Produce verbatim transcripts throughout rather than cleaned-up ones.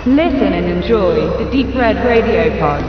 Listen and enjoy the Deep Red Radio Pod.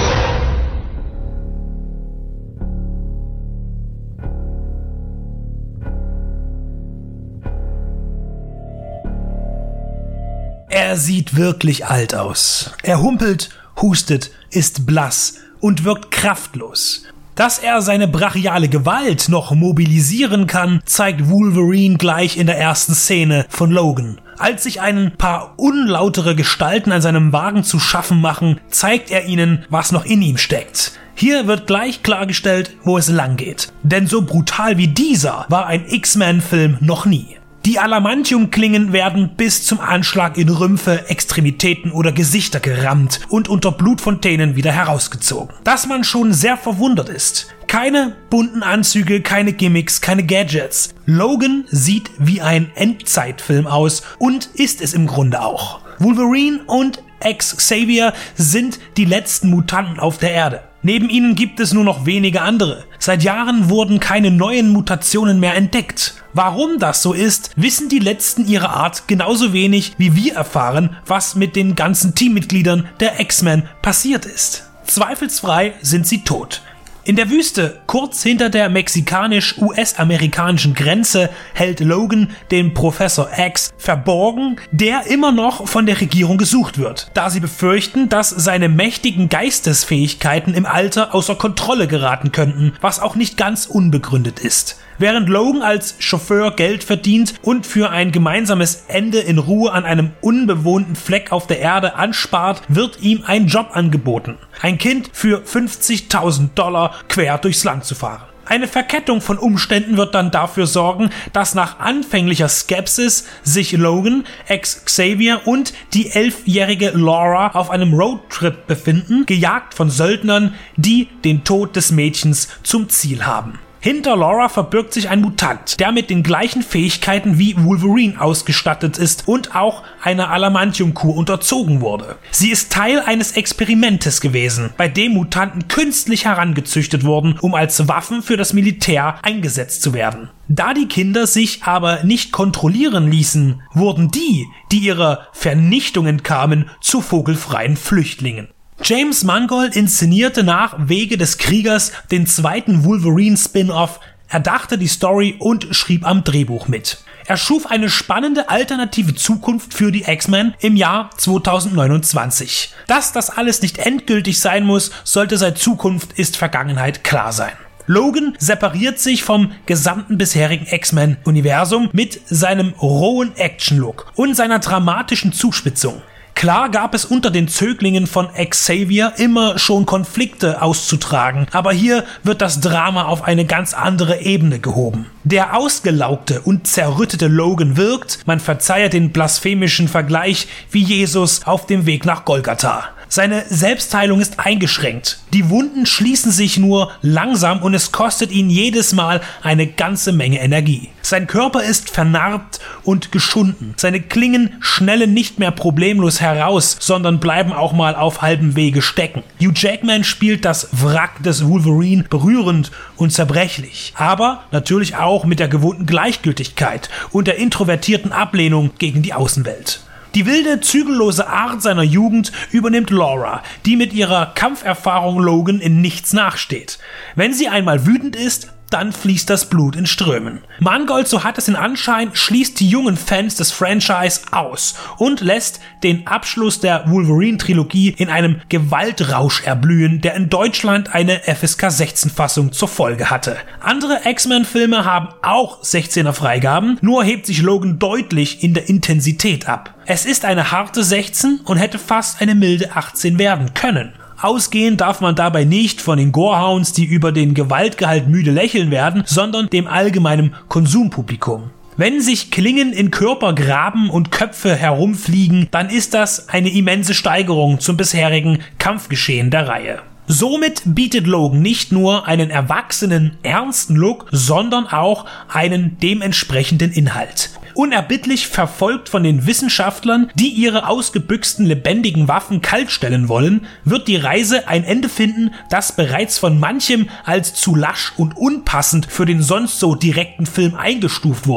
Er sieht wirklich alt aus. Er humpelt, hustet, ist blass und wirkt kraftlos. Dass er seine brachiale Gewalt noch mobilisieren kann, zeigt Wolverine gleich in der ersten Szene von Logan. Als sich ein paar unlautere Gestalten an seinem Wagen zu schaffen machen, zeigt er ihnen, was noch in ihm steckt. Hier wird gleich klargestellt, wo es lang geht. Denn so brutal wie dieser war ein X-Men-Film noch nie. Die Adamantium-Klingen werden bis zum Anschlag in Rümpfe, Extremitäten oder Gesichter gerammt und unter Blutfontänen wieder herausgezogen. Dass man schon sehr verwundert ist. Keine bunten Anzüge, keine Gimmicks, keine Gadgets. Logan sieht wie ein Endzeitfilm aus und ist es im Grunde auch. Wolverine und Xavier sind die letzten Mutanten auf der Erde. Neben ihnen gibt es nur noch wenige andere. Seit Jahren wurden keine neuen Mutationen mehr entdeckt. Warum das so ist, wissen die Letzten ihrer Art genauso wenig, wie wir erfahren, was mit den ganzen Teammitgliedern der X-Men passiert ist. Zweifelsfrei sind sie tot. In der Wüste, kurz hinter der mexikanisch-U S-amerikanischen Grenze, hält Logan den Professor X verborgen, der immer noch von der Regierung gesucht wird, da sie befürchten, dass seine mächtigen Geistesfähigkeiten im Alter außer Kontrolle geraten könnten, was auch nicht ganz unbegründet ist. Während Logan als Chauffeur Geld verdient und für ein gemeinsames Ende in Ruhe an einem unbewohnten Fleck auf der Erde anspart, wird ihm ein Job angeboten. Ein Kind für fünfzigtausend Dollar quer durchs Land zu fahren. Eine Verkettung von Umständen wird dann dafür sorgen, dass nach anfänglicher Skepsis sich Logan, Xavier und die elfjährige Laura auf einem Roadtrip befinden, gejagt von Söldnern, die den Tod des Mädchens zum Ziel haben. Hinter Laura verbirgt sich ein Mutant, der mit den gleichen Fähigkeiten wie Wolverine ausgestattet ist und auch einer Adamantium-Kur unterzogen wurde. Sie ist Teil eines Experimentes gewesen, bei dem Mutanten künstlich herangezüchtet wurden, um als Waffen für das Militär eingesetzt zu werden. Da die Kinder sich aber nicht kontrollieren ließen, wurden die, die ihrer Vernichtung entkamen, zu vogelfreien Flüchtlingen. James Mangold inszenierte nach Wege des Kriegers den zweiten Wolverine-Spin-Off, erdachte die Story und schrieb am Drehbuch mit. Er schuf eine spannende alternative Zukunft für die X-Men im Jahr zweitausendneunundzwanzig. Dass das alles nicht endgültig sein muss, sollte seit Zukunft ist Vergangenheit klar sein. Logan separiert sich vom gesamten bisherigen X-Men-Universum mit seinem rohen Action-Look und seiner dramatischen Zuspitzung. Klar gab es unter den Zöglingen von Xavier immer schon Konflikte auszutragen, aber hier wird das Drama auf eine ganz andere Ebene gehoben. Der ausgelaugte und zerrüttete Logan wirkt, man verzeihe den blasphemischen Vergleich, wie Jesus auf dem Weg nach Golgatha. Seine Selbstheilung ist eingeschränkt. Die Wunden schließen sich nur langsam und es kostet ihn jedes Mal eine ganze Menge Energie. Sein Körper ist vernarbt und geschunden. Seine Klingen schnellen nicht mehr problemlos heraus, sondern bleiben auch mal auf halbem Wege stecken. Hugh Jackman spielt das Wrack des Wolverine berührend und zerbrechlich, aber natürlich auch mit der gewohnten Gleichgültigkeit und der introvertierten Ablehnung gegen die Außenwelt. Die wilde, zügellose Art seiner Jugend übernimmt Laura, die mit ihrer Kampferfahrung Logan in nichts nachsteht. Wenn sie einmal wütend ist, dann fließt das Blut in Strömen. Mangold, so hat es den Anschein, schließt die jungen Fans des Franchise aus und lässt den Abschluss der Wolverine-Trilogie in einem Gewaltrausch erblühen, der in Deutschland eine F S K sechzehn Fassung zur Folge hatte. Andere X-Men-Filme haben auch sechzehner Freigaben, nur hebt sich Logan deutlich in der Intensität ab. Es ist eine harte sechzehn und hätte fast eine milde achtzehn werden können. Ausgehen darf man dabei nicht von den Gorehounds, die über den Gewaltgehalt müde lächeln werden, sondern dem allgemeinen Konsumpublikum. Wenn sich Klingen in Körper graben und Köpfe herumfliegen, dann ist das eine immense Steigerung zum bisherigen Kampfgeschehen der Reihe. Somit bietet Logan nicht nur einen erwachsenen, ernsten Look, sondern auch einen dementsprechenden Inhalt. Unerbittlich verfolgt von den Wissenschaftlern, die ihre ausgebüxten lebendigen Waffen kaltstellen wollen, wird die Reise ein Ende finden, das bereits von manchem als zu lasch und unpassend für den sonst so direkten Film eingestuft wurde.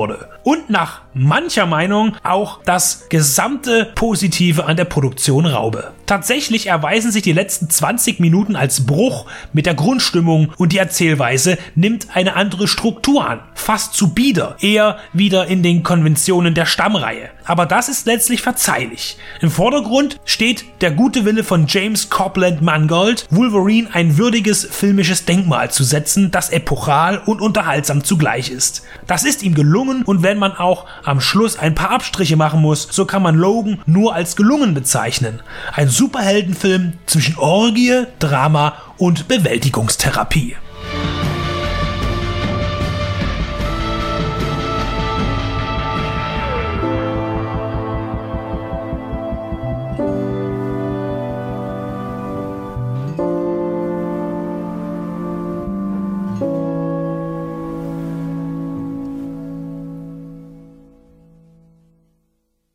und nach mancher Meinung auch das gesamte Positive an der Produktion raube. Tatsächlich erweisen sich die letzten zwanzig Minuten als Bruch mit der Grundstimmung und die Erzählweise nimmt eine andere Struktur an. Fast zu bieder, eher wieder in den Konventionen der Stammreihe. Aber das ist letztlich verzeihlich. Im Vordergrund steht der gute Wille von James Copeland Mangold, Wolverine ein würdiges filmisches Denkmal zu setzen, das epochal und unterhaltsam zugleich ist. Das ist ihm gelungen und wenn man auch am Schluss ein paar Abstriche machen muss, so kann man Logan nur als gelungen bezeichnen. Ein Superheldenfilm zwischen Orgie, Drama und Bewältigungstherapie.